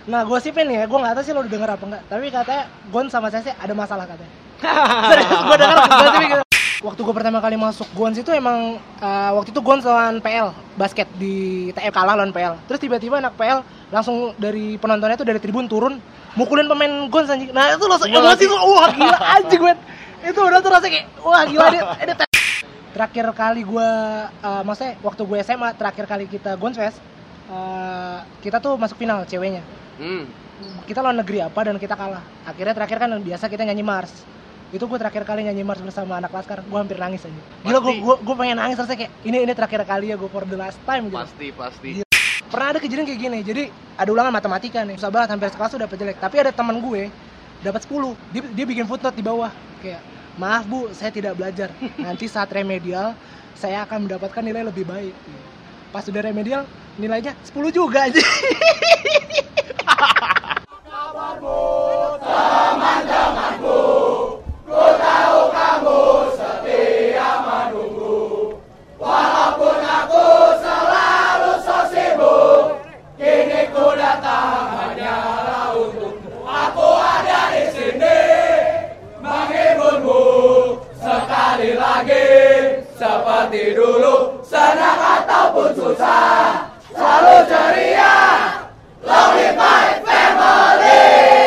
Nah, gosipnya nih ya, gue nggak tahu sih lo udah denger apa enggak. Tapi katanya Gon sama Sese ada masalah katanya. Serius, gue denger gosipnya gitu. Waktu gue pertama kali masuk Gons itu emang waktu itu Gons lawan PL basket di TM kalah lawan PL. Terus tiba-tiba anak PL langsung dari penontonnya tuh dari tribun turun mukulin pemain Gons anjing. Nah, itu langsung emosi tuh. Wah, gila anjing gue. Itu udah tuh rasanya kayak wah gila dia. Terakhir kali gue maksudnya waktu gue SMA terakhir kali kita Gons Fest kita tuh masuk final ceweknya. Kita lawan negeri apa dan kita kalah. Akhirnya terakhir kan biasa kita nyanyi Mars. Itu gue terakhir kali nyanyi Mars bersama anak laskar, gue hampir nangis aja. Gila, gue pengen nangis rasanya kayak ini terakhir kali ya gue for the last time gitu. Pasti. Gila. Pernah ada kejadian kayak gini, jadi ada ulangan matematika nih, susah banget hampir sekelas tuh dapet jelek. Tapi ada teman gue dapat 10, dia bikin footnote di bawah kayak maaf bu, saya tidak belajar. Nanti saat remedial saya akan mendapatkan nilai lebih baik. Pas sudah remedial nilainya 10 juga aja. Kabarmu teman-temanku, ku tahu kamu setia menunggu. Walaupun aku selalu so sibuk, kini ku datang hanyalah untukmu. Aku ada di sini menghiburmu sekali lagi, seperti dulu, senang ataupun susah, selalu ceria. Long live my family.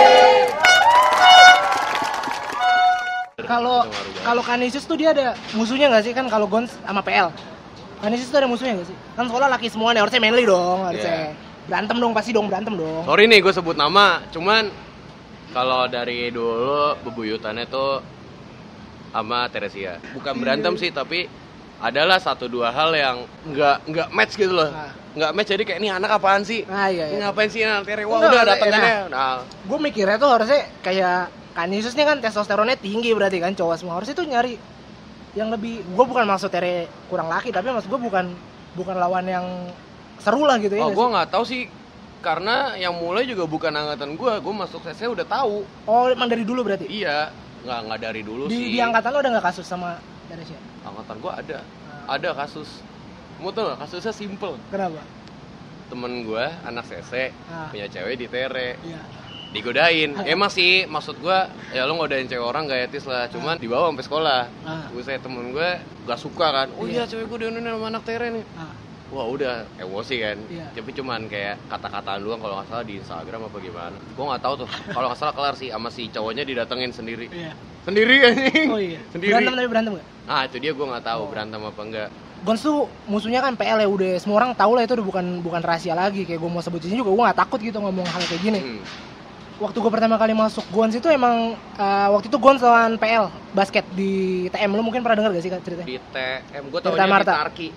Kalau Canisius tuh dia ada musuhnya nggak sih kan kalau Gons sama PL? Canisius tuh ada musuhnya nggak sih? Kan sekolah laki semua nih, harusnya manly dong, harusnya berantem dong, pasti dong berantem dong. Sorry nih gue sebut nama, cuman kalau dari dulu bebuyutannya tuh sama Teresia. Bukan berantem sih, tapi adalah 1-2 hal yang nggak match gitu loh. Nggak match, jadi kayak ini anak apaan sih? Iya. Ini ngapain sih anak Tere? Wah udah datengannya. Nah, gue mikirnya tuh harusnya kayak Canisius nih kan testosteronnya tinggi berarti kan cowok semua. Harusnya tuh nyari yang lebih, gue bukan maksud Tere kurang laki, tapi maksud gue bukan lawan yang seru lah gitu ya. oh gue nggak tahu sih, karena yang mulai juga bukan angkatan gue masuk CC udah tahu. Oh emang dari dulu berarti? Iya, nggak dari dulu sih. Di angkatan lo ada nggak kasus sama Teresia? Angkatan gue ada kasus. Mau tau gak? Kasusnya simple. Kenapa? Temen gue anak CC punya cewek di Tere. Iya. Digodain. Emang sih maksud gue ya lo ngodain cewek orang gak etis lah, cuman dibawa sampai sekolah. Saya temen gue gak suka kan. Oh iya cewek gue dionin sama anak Tere nih. Wah udah emosi kan. Tapi cuman kayak kata-kataan doang kalau nggak salah di Instagram apa gimana. Gue nggak tahu tuh. Kalau nggak salah kelar sih sama si cowoknya didatengin sendiri. Sendiri anjing. Oh iya. Sendiri. Berantem nggak? Ah itu dia gue nggak tahu berantem apa enggak. Gons tuh musuhnya kan PL ya, udah semua orang tahu lah itu udah bukan rahasia lagi. Kayak gue mau sebut di sini juga gue nggak takut gitu ngomong hal kayak gini. Waktu gue pertama kali masuk Gons itu emang waktu itu Gons lawan PL basket di TM. Lu mungkin pernah dengar gak sih ceritanya? Di TM gue taunya di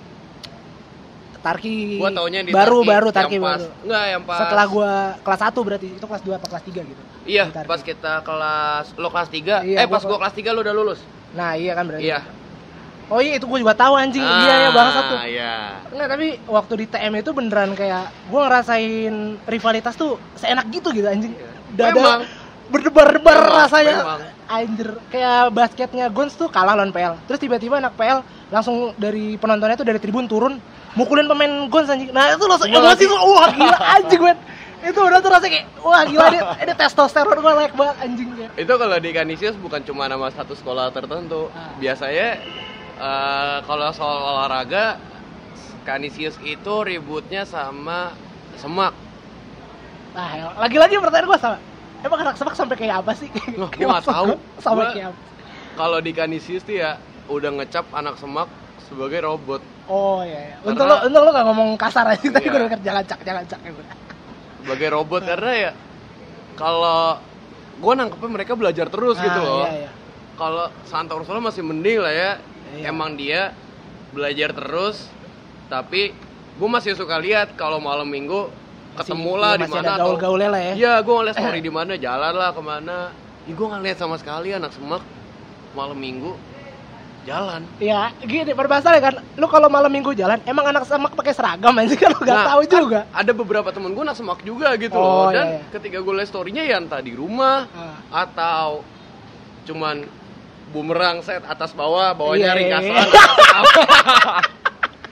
Tarki. Gue taunya di baru Tarki baru. Enggak, yang pas setelah gue kelas 1 berarti itu kelas 2 atau kelas 3 gitu. Iya, pas kita lo kelas 3. Pas gue kelas 3 lo udah lulus. Nah, iya kan berarti. Iya. Oh iya, itu gue juga tahu anjing. Iya ya bangsat tuh. Iya. Enggak, tapi waktu di TM itu beneran kayak gue ngerasain rivalitas tuh seenak gitu anjing. Dada berdebar-debar rasanya. Memang. Anjir, kayak basketnya Gons tuh kalah lawan PL. Terus tiba-tiba anak PL langsung dari penontonnya tuh dari tribun turun mukulin pemain Gons anjing. Nah, itu langsung emosi tuh. Wah, gila anjing gue. Itu udah tuh rasanya kayak wah gila ini testosteron gue naik banget anjing ya. Itu kalau di Canisius bukan cuma nama satu sekolah tertentu. Biasanya kalau soal olahraga Canisius itu ributnya sama Semak. Nah, lagi-lagi pertanyaan gue sama. Emang anak Semak sampai kayak apa sih? Gue nggak tahu. Sampai kayak apa? Kalau di Canisius tuh ya udah ngecap anak Semak sebagai robot. Oh iya. Untung lo nggak ngomong kasar aja, tapi gue denger jangan cak gitu. Sebagai robot karena ya kalau gue nangkepnya mereka belajar terus gitu loh. Iya. Kalau Santa Ursula masih mending lah ya. Iya. Emang dia belajar terus, tapi gue masih suka lihat kalau malam minggu ketemu lah di mana atau gaul-gaulnya lah ya. Iya, gue ngeliat story di mana, jalan lah kemana. Gue nggak lihat sama sekali anak Semak malam minggu jalan. Iya, gini berbahasa kan. Lu kalau malam minggu jalan, emang anak Semak pakai seragam aja kan lu nggak tahu juga. Ada beberapa temen gue anak Semak juga gitu loh. Dan ketika gue lihat story-nya ya entah di rumah atau cuman bumerang set atas bawahnya ringkasan.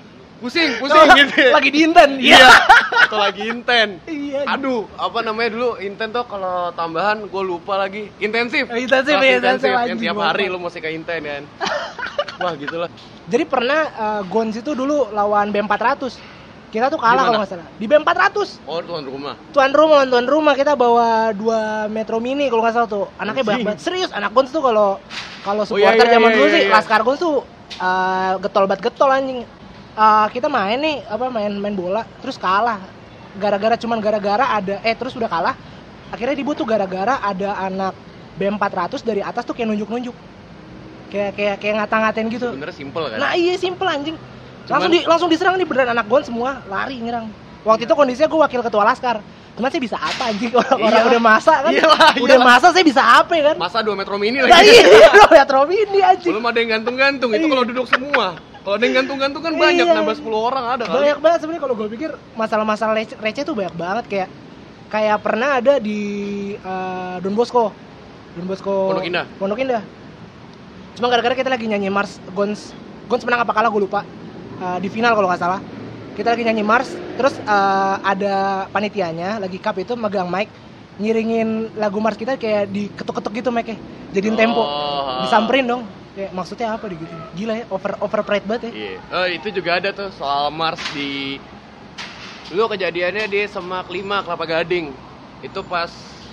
pusing gitu. Lagi di inten. Iya. Atau lagi inten. Iya. Aduh, apa namanya dulu inten tuh kalau tambahan gue lupa lagi. Intensif. Intensif. Yang tiap hari lu mesti ke inten kan. Wah, gitulah. Jadi pernah Gons itu dulu lawan B400. Kita tuh kalah kalau nggak salah. Di B400. Oh, tuan rumah. Tuan rumah kita bawa 2 Metro Mini kalau nggak salah tuh. Anaknya banyak banget. Serius, anak Gons tuh kalau supporter zaman dulu sih, Laskar Gons tuh getol anjing. Kita main nih, main bola, terus kalah. Gara-gara ada terus udah kalah. Akhirnya ribut tuh gara-gara ada anak B400 dari atas tuh kayak nunjuk-nunjuk. Kayak ngata-ngatain gitu. Sebenarnya simple kan? Nah, iya simple anjing. Langsung diserang nih beneran anak Gons semua lari nyerang. Waktu itu kondisinya gue wakil ketua Laskar. Cuman saya bisa apa anjing orang udah masa kan? Udah masa saya bisa apa ya kan? Masa 2 Metro Mini Nah, lagi. iya, 2 Metro Mini anjing. Belum ada yang gantung-gantung, itu kalau duduk semua. Kalau ada yang gantung-gantung kan banyak, nambah 10 orang ada kali. Banyak banget sebenarnya kalau gue pikir masalah-masalah receh tuh banyak banget kayak pernah ada di Don Bosco. Pondok Indah. Cuma gara-gara kita lagi nyanyi Mars Gons menang apa kalah gue lupa. Di final kalau nggak salah. Kita lagi nyanyi Mars, terus ada panitianya lagi cup itu megang mic nyiringin lagu Mars kita kayak diketuk-ketuk gitu mic-nya. Jadiin tempo. Disamperin dong. Kayak maksudnya apa gitu. Gila ya, overpride banget ya. Iya. Oh, itu juga ada tuh soal Mars di dulu kejadiannya di Semak 5 Kelapa Gading. Itu pas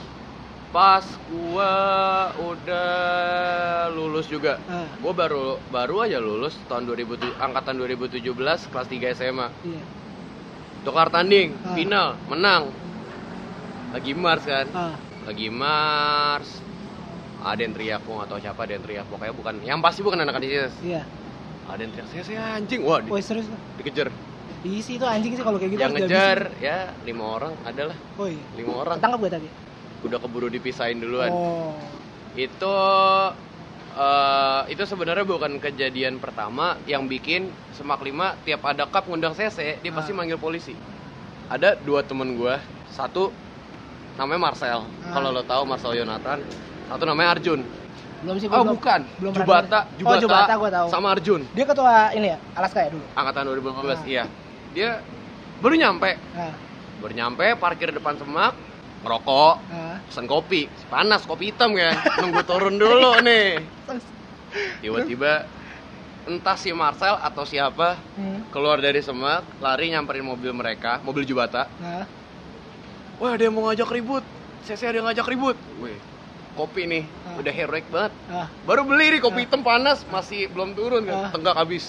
gua udah lulus juga. Gua baru aja lulus tahun angkatan 2017 kelas 3 SMA. Iya. Tukar tanding, final, menang. Lagi Mars kan. Lagi Mars. Ada yang teriak, gua enggak tahu siapa ada yang teriak. Pokoknya pasti bukan anak Anisius. Iya. Ada yang teriak, saya anjing. Wah, serius lu? Dikejar. Isi itu anjing sih kalau kayak gitu. Yang ngejar ya 5 orang adalah. Oh iya. 5 orang. Ketangkap gak tadi? Udah keburu dipisahin duluan. Oh. Itu sebenarnya bukan kejadian pertama yang bikin Semak 5 tiap ada cup ngundang CC, dia pasti manggil polisi. Ada 2 temen gue, satu namanya Marcel, kalau lo tahu Marcel Yonatan, satu namanya Arjun. Belum sih gue bukan. Jubata gue tahu. Sama Arjun. Dia ketua ini ya, Alaska ya dulu. Angkatan 2015, iya. Dia baru nyampe, parkir depan Semak, ngerokok, pesen kopi, panas kopi hitam kan, nunggu turun dulu nih. Tiba-tiba entah si Marcel atau siapa keluar dari Semak, lari nyamperin mobil mereka, mobil Jubata. Wah, ada yang mau ngajak ribut, ada yang ngajak ribut. Wih, kopi nih, udah heroik banget. Baru beli nih kopi hitam panas, masih belum turun kan, tenggak habis.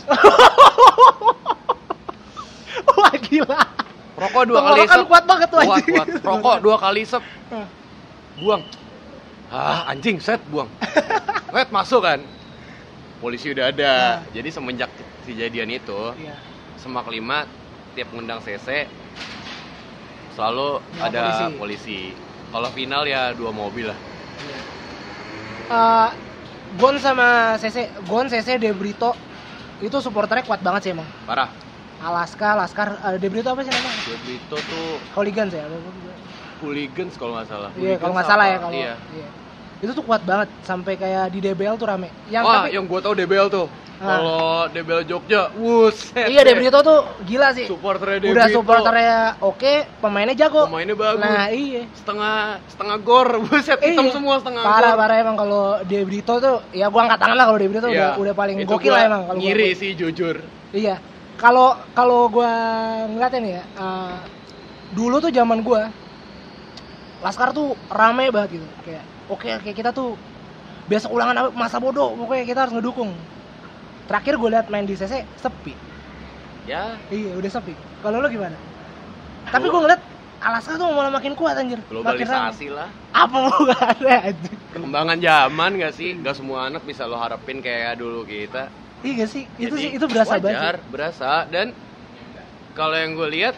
Wah gila. Rokok 2 kali sep. Kuat banget tuh anjing. Kuat. Rokok 2 kali sep. Buang. Anjing, set buang. Wet masuk kan. Polisi udah ada. Jadi semenjak kejadian itu, Semak 5 tiap ngundang CC selalu ada polisi. Kalau final ya 2 mobil lah. Gon sama CC De Brito itu supporternya kuat banget sih emang. Parah. Laskar, De Brito apa sih namanya? De Brito tuh Hooligans ya? Hooligans kalau nggak salah. Iya, kalau nggak salah ya kalau. Iya. Itu tuh kuat banget sampai kayak di DBL tuh rame. Yang gua tahu DBL tuh. Kalau DBL Jogja, wuset. Iya, De Brito tuh gila sih. Supporternya De Brito. Udah supporternya oke, pemainnya jago. Pemainnya bagus. Nah, iya. Setengah gor, buset hitam semua setengah gor. Parah emang kalau De Brito tuh, ya gua angkat tangan lah kalau De Brito udah paling gokil lah emang kalau ngiri sih jujur. Iya. Kalau gue ngeliatnya nih ya, dulu tuh zaman gue, Laskar tuh rame banget gitu. Kayak oke, kita tuh biasa ulangan masa bodoh, pokoknya kita harus ngedukung. Terakhir gue liat main di CC sepi. Ya. Iya, udah sepi. Kalau lo gimana? Tapi gue ngeliat Laskar tuh malah makin kuat anjir. Globalisasi lah. Apa mau gak ada anjir? Perkembangan zaman gak sih? Gak semua anak bisa lo harapin kayak dulu kita. Iya sih, itu berasa banget. Berasa. Dan kalau yang gue lihat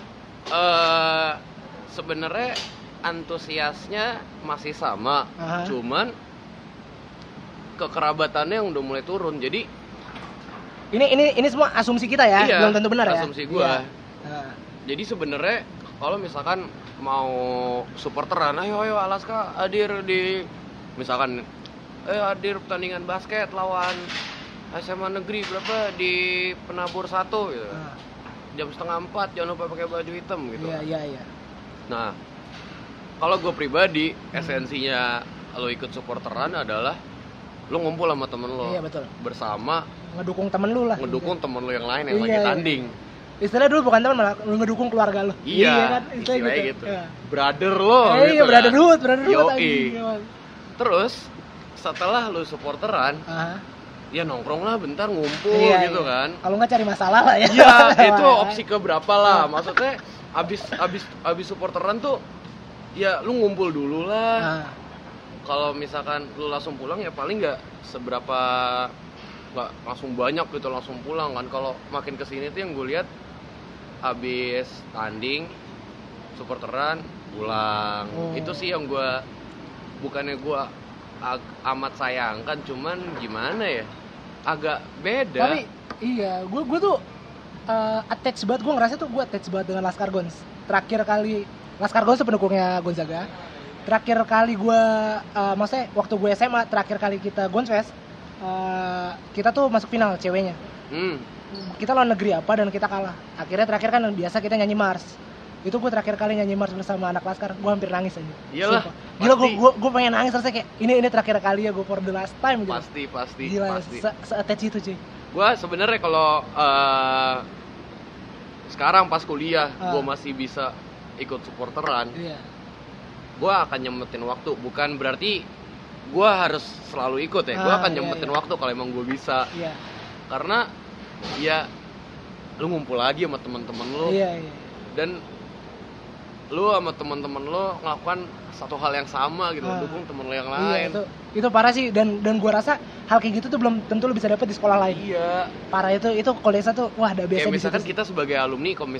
sebenarnya antusiasnya masih sama, cuman kekerabatannya yang udah mulai turun. Jadi ini semua asumsi kita ya, belum tentu benar ya. Asumsi gue. Jadi sebenarnya kalau misalkan mau supporteran, ayo Alaska hadir di misalkan hadir pertandingan basket lawan SMA negeri berapa di Penabur 1 gitu. jam 3:30 jangan lupa pakai baju hitam gitu. Iya. Nah, kalau gue pribadi esensinya lo ikut supporteran adalah lo ngumpul sama temen lo. Iya, betul. Bersama ngedukung temen lu lah. Ngedukung temen lo yang lain yang lagi Iya. tanding. Istilahnya dulu bukan teman, malah lu ngedukung keluarga lo. Iya, kan? istilahnya gitu. Iya. Brother lo Iya, gitu brotherhood kan. anjing. Terus setelah lo supporteran, ya nongkrong lah bentar ngumpul gitu kan. Kalau nggak cari masalah lah ya. Iya, itu opsi keberapa lah. Maksudnya abis supporteran tuh ya lu ngumpul dulu lah. Kalau misalkan lu langsung pulang ya paling nggak seberapa, nggak langsung banyak gitu langsung pulang kan. Kalau makin kesini tuh yang gue lihat abis tanding supporteran pulang. Itu sih yang gue bukannya gue amat sayangkan, cuman gimana ya, agak beda. Tapi iya, gue tuh attach banget, gue ngerasa tuh gue attach banget dengan Laskar Gons. Terakhir kali Laskar Gons tuh pendukungnya Gonzaga. Terakhir kali gue, maksudnya waktu gue SMA, terakhir kali kita Gons Fest, kita tuh masuk final ceweknya. Kita lawan negeri apa dan kita kalah. Akhirnya terakhir kan biasa kita nyanyi Mars. Itu gue terakhir kali nyanyi Mars bersama anak Laskar, gue hampir nangis aja. Iyalah. Gila, gue pengen nangis rasanya kayak ini terakhir kali ya gue for the last time gitu. Pasti. Gila, pasti. Se-attach itu cuy. Gue sebenarnya kalau sekarang pas kuliah gue masih bisa ikut supporteran, gue akan nyempetin waktu. Bukan berarti gue harus selalu ikut ya, gue akan nyempetin waktu kalau emang gue bisa. Karena ya lu ngumpul lagi sama teman-teman lu, dan lu sama teman-teman lu ngelakukan satu hal yang sama gitu, dukung temen lu yang lain. Itu parah sih, dan gua rasa hal kayak gitu tuh belum tentu lu bisa dapet di sekolah lain. Iya. Parah itu kolesa tuh, wah udah biasa. Kayak misalkan kita sebagai alumni, kalau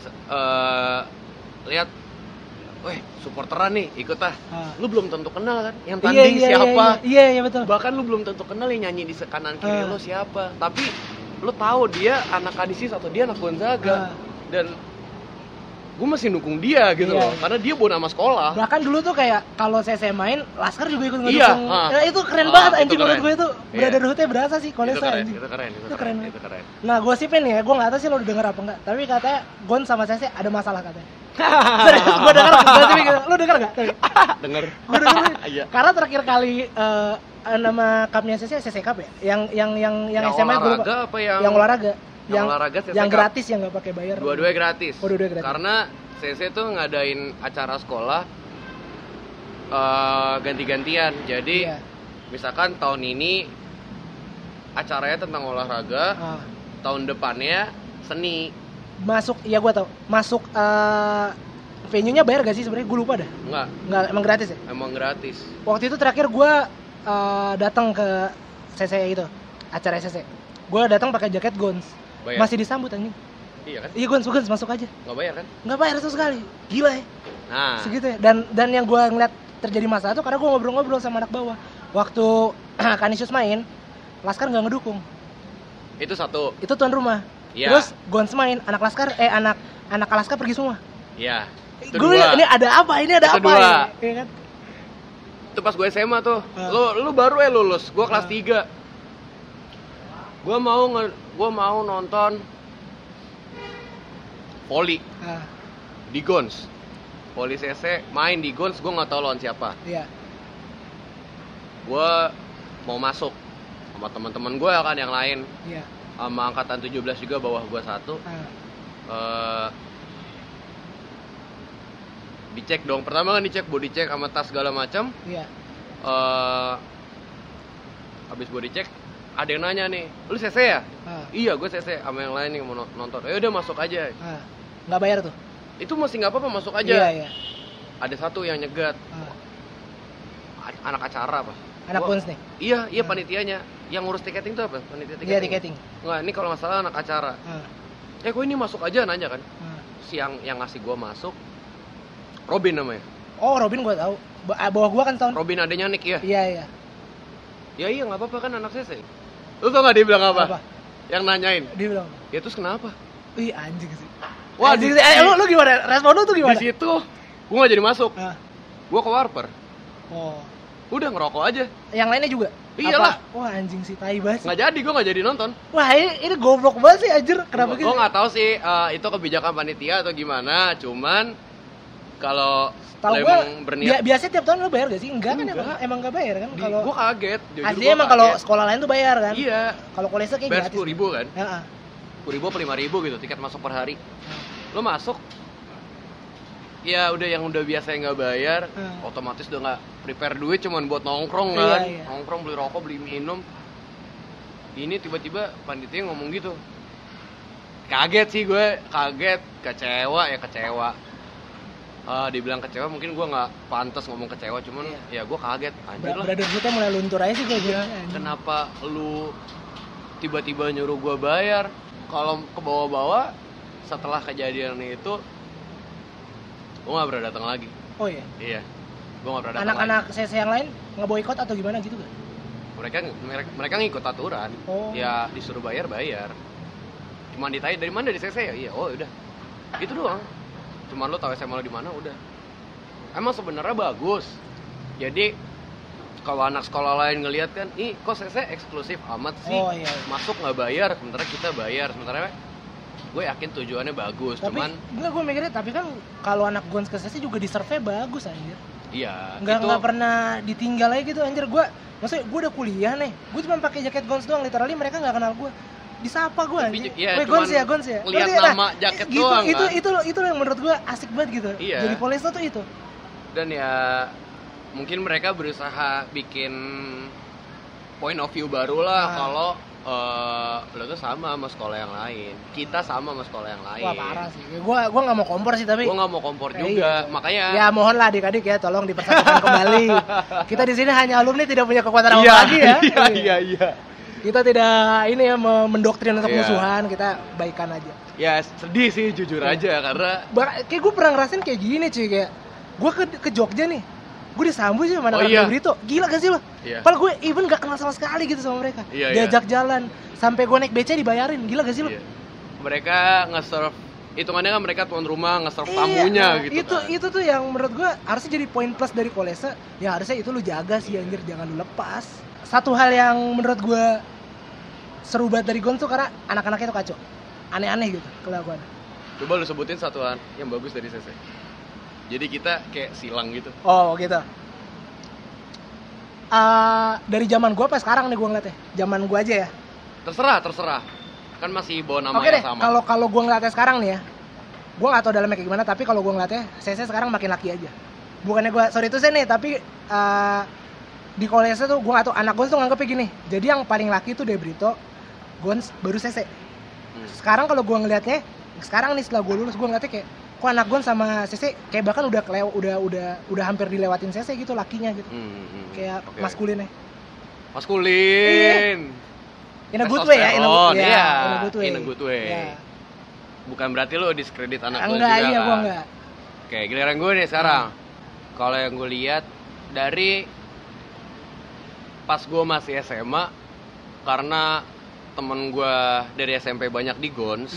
lihat, weh supporteran nih ikut lu belum tentu kenal kan yang tanding siapa. Iya betul. Bahkan lu belum tentu kenal yang nyanyi di kanan kiri lu siapa, tapi lu tahu dia anak Kadisis atau dia anak Gonzaga, dan gue masih dukung dia gitu loh, karena dia bawa nama sekolah. Bahkan dulu tuh kayak kalau saya main Laskar juga ikut ngedukung. Itu keren banget anjing, menurut gue itu brotherhood-nya berasa sih kolesa anjing. Itu keren. Nah, gosipin nih ya, gue nggak tahu sih lo udah denger apa enggak, tapi katanya Gon sama Sese ada masalah katanya. Serius, gue denger gosip gitu. Lo denger nggak? Denger. Gue denger. Karena terakhir kali nama cupnya Sese Cup ya, yang SMA gue lupa. Yang olahraga. Yang gratis, yang nggak pakai bayar. Dua-duanya gratis. Dua-duanya gratis. Karena CC tuh ngadain acara sekolah ganti-gantian. Jadi misalkan tahun ini acaranya tentang olahraga, tahun depannya seni. Masuk, ya gue tau. Masuk venue-nya bayar gak sih sebenarnya? Gue lupa dah. Enggak, emang gratis ya? Emang gratis. Waktu itu terakhir gue datang ke CC itu, acara CC. Gue datang pakai jaket Gons. Bayar. Masih disambut anjing. Iya kan? Iya, Gons masuk aja. Nggak bayar kan? Nggak bayar sama sekali. Gila ya. Nah. Segitu ya. Dan yang gue ngeliat terjadi masalah tuh karena gue ngobrol-ngobrol sama anak bawah. Waktu Kanisius main, Laskar nggak ngedukung. Itu satu. Itu tuan rumah. Ya. Terus Gons main, anak Laskar pergi semua. Iya. Gue ini ada apa? Ini ada apa? Iya kan? Itu pas gue SMA tuh. Lu baru lulus. Gue kelas 3. Gue mau nonton voli di Gons. Voli CC main di Gons, gue nggak tahu lawan siapa. Iya. Gue mau masuk sama teman-teman gue kan yang lain. Iya. Sama angkatan 17 juga, bawah gue satu. Dicek dong. Pertama kan dicek body check sama tas segala macam. Iya. Habis body check, ada yang nanya nih, lu CC ya? Iya, gue CC sama yang lain nih mau nonton. Ya udah masuk aja. Nggak bayar tuh? Itu masih nggak apa-apa, masuk aja. Iya. Ada satu yang nyegat. Anak acara apa? Anak Gons nih? Iya panitianya. Yang ngurus tiketing itu apa? Panitia tiketing? Iya, tiketing. Nggak, ini kalau nggak salah anak acara. Kok ini masuk aja nanya kan? Si yang ngasih gue masuk, Robin namanya. Oh, Robin gue tahu. Bawah gue kan tahun. Robin adanya Nick ya? Iya. Ya iya nggak apa-apa kan anak CC. Lu tau gak dia bilang apa? Yang nanyain. Dia bilang. Ya terus kenapa? Ih anjing sih. Wah, anjing sih. Lu gimana? Respon lu tuh gimana? Di situ gua gak jadi masuk. Gua ke warper. Oh. Udah ngerokok aja. Yang lainnya juga? Iyalah. Wah anjing sih, tai banget. Nggak jadi, gue nggak jadi nonton. Wah ini goblok banget sih anjir. Kenapa gitu? Gue nggak tahu sih itu kebijakan panitia atau gimana. Cuman kalau tahu gue biasanya tiap tahun lo bayar gak sih? Enggak kan, emang nggak bayar kan? Kalau gue kaget. aslinya emang kalau sekolah lain tuh bayar kan? Iya. Kalau kolese kayak bayar gratis. 10.000 kan? Heeh. 10.000 apa 5.000 gitu tiket masuk per hari. Lo masuk, ya udah yang udah biasa yang nggak bayar, otomatis udah nggak prepare duit cuman buat nongkrong kan, nongkrong beli rokok beli minum. Ini tiba-tiba panitia ngomong gitu, kaget sih gue, kecewa. Dibilang kecewa mungkin gue nggak pantas ngomong kecewa, cuman ya gue kaget anjir lah. Brother gue mulai luntur aja sih gue bilang. Kenapa lu tiba-tiba nyuruh gue bayar? Kalau ke bawah-bawah setelah kejadian itu gue nggak pernah datang lagi. Oh iya? Iya, gue nggak pernah datang lagi. Anak-anak CC yang lain ngeboikot atau gimana gitu kan? Mereka ngikut aturan. Ya disuruh bayar. Cuman ditanya dari mana, dari CC ya? Iya, oh udah itu doang. Cuman lo tahu SMA lo di mana udah. Emang sebenarnya bagus. Jadi kalau anak sekolah lain ngelihat kan, ih kok CC eksklusif amat sih, masuk nggak bayar, sementara kita bayar. Sementara gue yakin tujuannya bagus, tapi, cuman enggak, gue mikirnya tapi kan kalau anak Gons ke CC juga di survei bagus anjir. Iya. Nggak pernah ditinggal aja gitu anjir. Maksudnya gue udah kuliah nih, gue cuma pakai jaket Gons doang, literally mereka nggak kenal gue. Disapa gue anjir. Ya, Gons ya. Lihat nama jaket gitu, doang itu yang menurut gue asik banget gitu. Iya. Jadi Polesta tuh itu. Dan ya mungkin mereka berusaha bikin point of view baru lah kalau lo tuh sama sekolah yang lain, kita sama sekolah yang lain. Wah parah sih, gua nggak mau kompor sih, tapi gua nggak mau kompor juga, makanya ya mohon lah adik-adik ya, tolong dipersatukan kembali. Kita di sini hanya alumni, tidak punya kekuatan apa lagi ya. Iya. Kita tidak ini ya mendoktrin untuk musuhan, kita baikan aja. Ya sedih sih jujur aja, karena kayak gue pernah ngerasain kayak gini cuy, kayak gue ke Jogja nih, gue disambut sih sama anak-anak Brito. Gila gak sih lo? Padahal gue even gak kenal sama sekali gitu sama mereka. Diajak jalan, sampai gue naik BC dibayarin. Gila gak sih lo? Mereka nge-serve, hitungannya kan mereka tuan rumah nge-serve tamunya gitu kan. Itu tuh yang menurut gue harusnya jadi poin plus dari Kolese. Ya harusnya itu lu jaga sih anjir, jangan lu lepas. Satu hal yang menurut gue seru banget dari Gons tuh karena anak-anaknya tuh kacau. Aneh-aneh gitu kelakuan. Coba lu sebutin satu hal yang bagus dari CC. Jadi kita kayak silang gitu. Oh gitu. Dari zaman gue apa sekarang nih gue ngeliatnya? Zaman gue aja ya. Terserah. Kan masih bawa nama yang sama. Kalau gue ngeliatnya sekarang nih ya, gue nggak tahu dalamnya kayak gimana. Tapi kalau gue ngeliatnya, CC sekarang makin laki aja. Bukannya gue sorry itu nih, tapi di Kolese tuh gue nggak tahu, anak Gons tuh nganggepnya gini. Jadi yang paling laki tuh Debrito, Gons, baru CC. Sekarang kalau gue ngeliatnya, sekarang nih setelah gue lulus, gue ngeliatnya kayak kok anak Gons sama CC kayak bahkan udah hampir dilewatin CC gitu lakinya gitu. Kayak maskulinnya. Maskulin. In a good way ya, in a good way. Yeah. Bukan berarti lo diskredit anak lo juga kan? Iya, kan? gue enggak. Oke, giliran gue nih sekarang. Kalau yang gue lihat dari pas gue masih SMA, karena temen gue dari SMP banyak di Gons,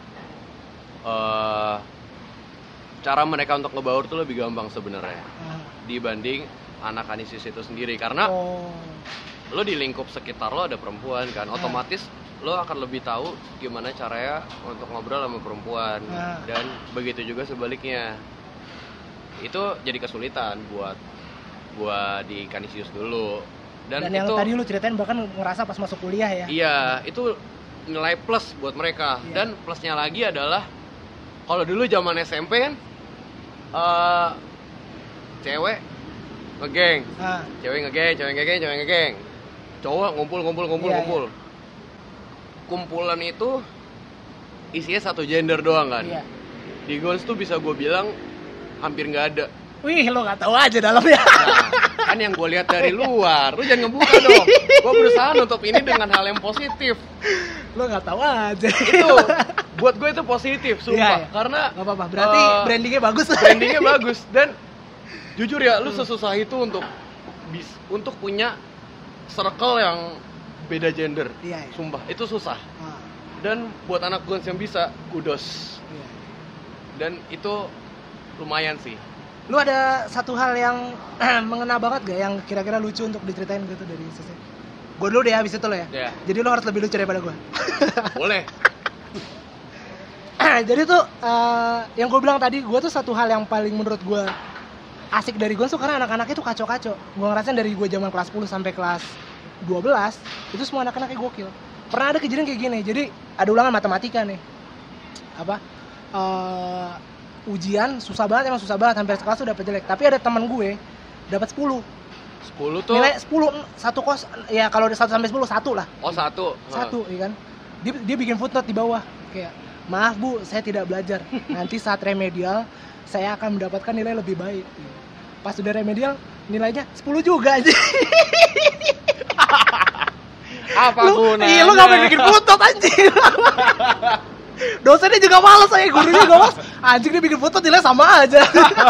cara mereka untuk ngebaur tuh lebih gampang sebenarnya dibanding anak Kanisius itu sendiri, karena lo di lingkup sekitar lo ada perempuan kan, otomatis lo akan lebih tahu gimana caranya untuk ngobrol sama perempuan, dan begitu juga sebaliknya. Itu jadi kesulitan buat di Kanisius dulu. Dan yang itu, tadi lu ceritain bahkan ngerasa pas masuk kuliah ya. Iya, itu nilai plus buat mereka. Dan plusnya lagi adalah kalau dulu zaman SMP kan cewek ngegeng, cewek ngegeng, cowok ngumpul. Kumpulan itu isinya satu gender doang kan. Di Gons tuh bisa gue bilang hampir nggak ada. Wih, lo nggak tahu aja dalamnya. Nah, kan yang gue lihat dari luar, lu jangan ngebuka dong. Gue berusaha nutup ini dengan hal yang positif. Lo nggak tahu aja. Itu buat gue itu positif, sumpah. Karena nggak apa-apa. Berarti brandingnya bagus. Brandingnya bagus, dan jujur ya, lu sesusah itu untuk punya circle yang beda gender. Sumpah, itu susah. Dan buat anak Gons yang bisa, kudos. Dan itu lumayan sih. Lu ada satu hal yang mengena banget gak yang kira-kira lucu untuk diceritain gitu dari CC? Gue dulu deh abis itu lo ya. Yeah. Jadi lo harus lebih lucu daripada gue. Boleh. Jadi tuh yang gue bilang tadi, gue tuh satu hal yang paling menurut gue asik dari gue tuh karena anak-anaknya tuh kacau-kacau. Gue ngerasain dari gue zaman kelas 10 sampai kelas 12 itu semua anak-anaknya gokil. Pernah ada kejadian kayak gini, jadi ada ulangan matematika nih. Ujian susah banget, emang susah banget, hampir sekelas tuh dapet jelek. Tapi ada teman gue dapat 10. 10 tuh nilai 10 satu kos ya, kalau 1 sampai 10 1 lah. Oh, 1. Ya kan. Dia bikin footnote di bawah kayak, "Maaf Bu, saya tidak belajar. Nanti saat remedial saya akan mendapatkan nilai lebih baik." Pas udah remedial nilainya 10 juga aja. Apa gunanya? Iya, lu ngapain bikin footnote anjing? Dosennya juga malas, gurunya juga malas. Anjing, dia bikin footnote nilai sama aja.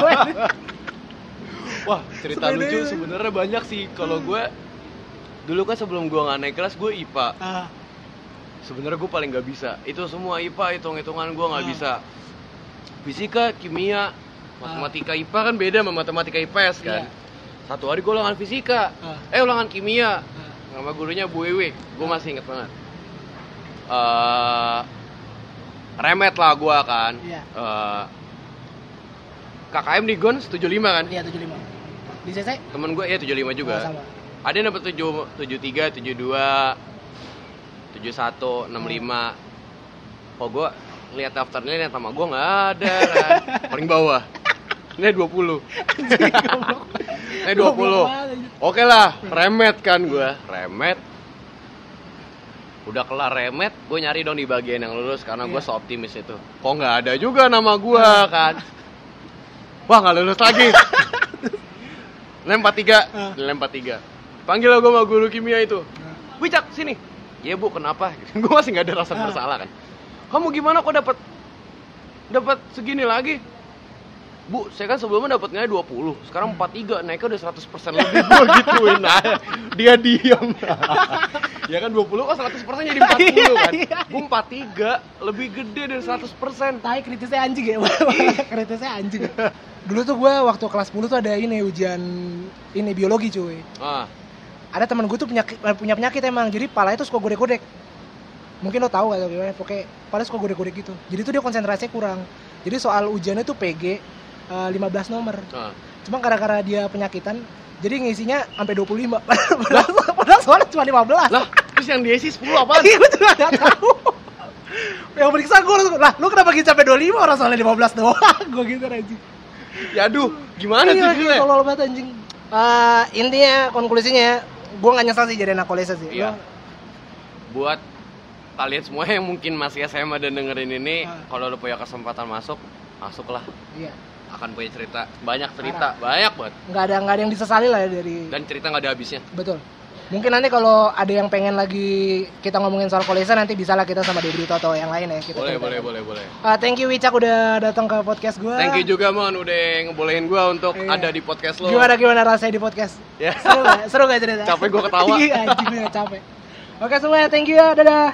Wah, cerita lucu sebenarnya banyak sih. Kalau gue dulu kan sebelum gue nggak naik kelas, gue IPA. Sebenarnya gue paling nggak bisa. Itu semua IPA, hitung-hitungan gue nggak bisa. Fisika, kimia, matematika IPA kan beda sama matematika IPS kan. Satu hari gue ulangan fisika, ulangan kimia, sama gurunya Bu Ewe. Gue masih inget banget. Remet lah gue kan. KKM di GON 75 kan? Iya, 75. Di CC? Temen gue 75 juga. Sama. Ada yang dapet 73, 72, 71, 65. Oh, gue lihat daftarnya, lihat sama gue nggak ada kan. Paling bawah. Ini 20. Ini 20. Oke lah, remet kan gue. Remet. Udah kelar remet, gue nyari dong di bagian yang lulus karena gue seoptimis itu. Kok nggak ada juga nama gue kan? Wah, nggak lulus lagi. Nilai 43, nilai 43. Panggil lah gue sama guru kimia itu. Wicak, sini. Iya Bu, kenapa? Gue masih nggak ada rasa bersalah kan. Kamu gimana kok dapat segini lagi? Bu, saya kan sebelumnya dapat nilai 20, sekarang 43, naiknya udah 100% lebih. Gue gituin, nah, dia diam. Ya kan 20 kok 100% jadi 40 kan. Gue 43, lebih gede dari 100%. Tai, kritisnya anjing ya. Kritisnya anjing. Dulu tuh gue waktu kelas 10 tuh ada ini ujian ini biologi cuy. Ada teman gue tuh punya penyakit emang, jadi palanya tuh suka godek-godek. Mungkin lo tahu gak gimana, pokoknya palanya suka godek-godek gitu. Jadi tuh dia konsentrasinya kurang. Jadi soal ujiannya tuh PG 15 nomor. Cuma gara-gara dia penyakitan, jadi ngisinya sampai 25. Padahal soalnya cuma 15. Lah, terus yang diisi 10 apaan? Iya, gue juga gak tahu. Yang periksa gue langsung, lah lu kenapa ngisi sampai 25 orang soalnya 15 doang? Gue gitu anjing. Ya aduh, gimana tuh Iya, tolol banget anjing. Intinya, konklusinya, gue gak nyesal sih jadi anak kolese sih. Iya. Buat kalian semua yang mungkin masih SMA dan dengerin ini, kalau lo punya kesempatan masuklah. Iya. Akan punya cerita, banyak cerita, banyak banget. Nggak ada yang disesali lah ya dari. Dan cerita nggak ada habisnya. Betul. Mungkin nanti kalau ada yang pengen lagi kita ngomongin soal kolese, nanti bisa lah kita sama Debrito atau yang lain ya. Kita boleh. Thank you Wicak udah datang ke podcast gue. Thank you juga Mon, udah ngebolehin gue untuk ada di podcast lo. Gimana rasanya di podcast? Ya. Seru gak cerita? Capek gue ketawa. Iya, anjing gue capek. Oke semuanya, thank you ya, dadah.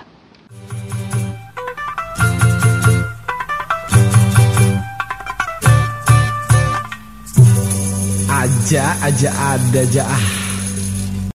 Aja ada